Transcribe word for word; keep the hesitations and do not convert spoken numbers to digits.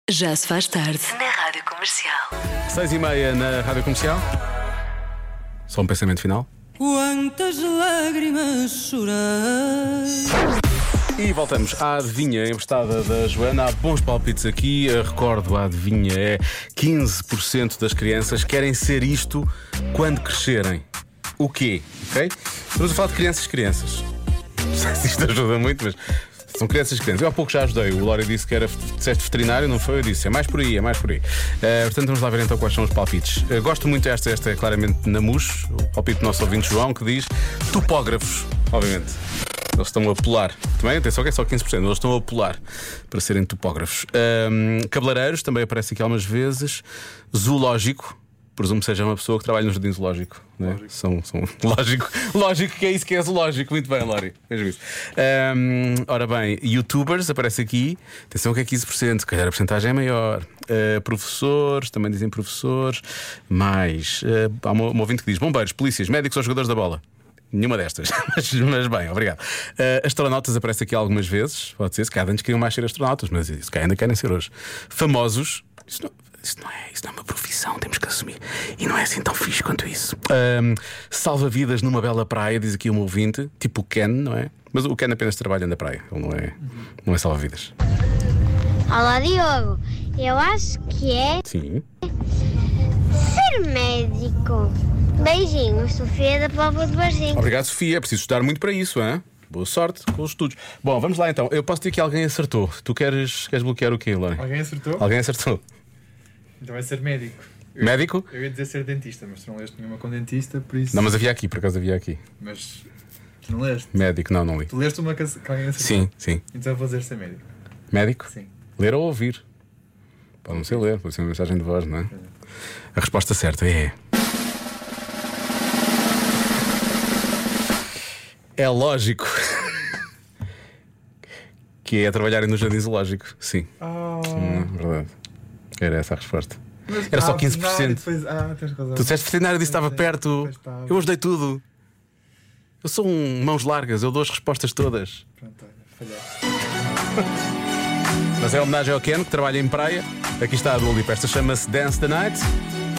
Já se faz tarde na Rádio Comercial. Seis e meia na Rádio Comercial. Só um pensamento final. Quantas lágrimas chorar. E voltamos à adivinha emprestada da Joana. Há bons palpites aqui. Eu recordo, a adivinha é quinze por cento das crianças querem ser isto quando crescerem. O quê? Ok? Estamos a falar de crianças, crianças. Não sei se isto ajuda muito, mas são crianças, crianças. Eu há pouco já ajudei. O Lório disse que era disseste veterinário, não foi? Eu disse, é mais por aí, é mais por aí. Uh, portanto, vamos lá ver então quais são os palpites. Uh, gosto muito desta, esta é claramente Namus, o palpite do nosso ouvinte João, que diz topógrafos, obviamente. Eles estão a pular. Também, atenção que é só quinze por cento. Eles estão a pular para serem topógrafos. Um, Cabeleireiros, também aparece aqui algumas vezes. Zoológico. Presumo que seja uma pessoa que trabalha no jardim zoológico, né? são, são... Lógico, lógico que é isso que é zoológico. Muito bem, Lori. Vejo isso. Um, ora bem, youtubers aparece aqui. Atenção que é quinze por cento, se calhar a porcentagem é maior. Uh, professores, também dizem professores. Mais uh, há uma, uma ouvinte que diz bombeiros, polícias, médicos ou jogadores da bola. Nenhuma destas, mas, mas bem, obrigado. uh, Astronautas aparece aqui algumas vezes. Pode ser, se calhar antes queriam mais ser astronautas, mas se calhar ainda querem ser hoje. Famosos. Isso não, isso não é, isso não é uma profissão, temos que assumir. E não é assim tão fixe quanto isso. um, Salva-vidas numa bela praia, diz aqui um ouvinte. Tipo o Ken, não é? Mas o Ken apenas trabalha na praia. Ele não é, não é salva-vidas. Olá, Diogo. Eu acho que é Sim. ser médico. Beijinhos, Sofia da Póvoa de Varzim. Obrigado, Sofia. É preciso estudar muito para isso, hein? Boa sorte com os estudos. Bom, vamos lá então. Eu posso dizer que alguém acertou. Tu queres, queres bloquear o quê, Lori? Alguém acertou? Alguém acertou. Então vai ser médico. Eu, Médico? Eu ia dizer ser dentista, mas tu não leste nenhuma com dentista, por isso. Não, mas havia aqui, por acaso havia aqui. Mas tu não leste? Médico, não, não li. Tu leste uma que que alguém acertou? Sim, sim. Então eu vou dizer ser médico. Médico? Sim. Ler ou ouvir? Pode não ser ler, pode ser uma mensagem de voz, não é? A resposta certa é. É lógico que é trabalharem no jardim zoológico. Sim. Oh. Hum, verdade. Era essa a resposta. Mas, Era só ah, quinze por cento. Depois, ah, tens razão. Tu disseste veterinário, disse que estava Pois perto. pois estava. Eu ajudei tudo. Eu sou um mãos largas, eu dou as respostas todas. Pronto, olha, falhei. Mas é homenagem ao Ken, que trabalha em praia. Aqui está a Dua Lipa. Esta chama-se Dance the Night.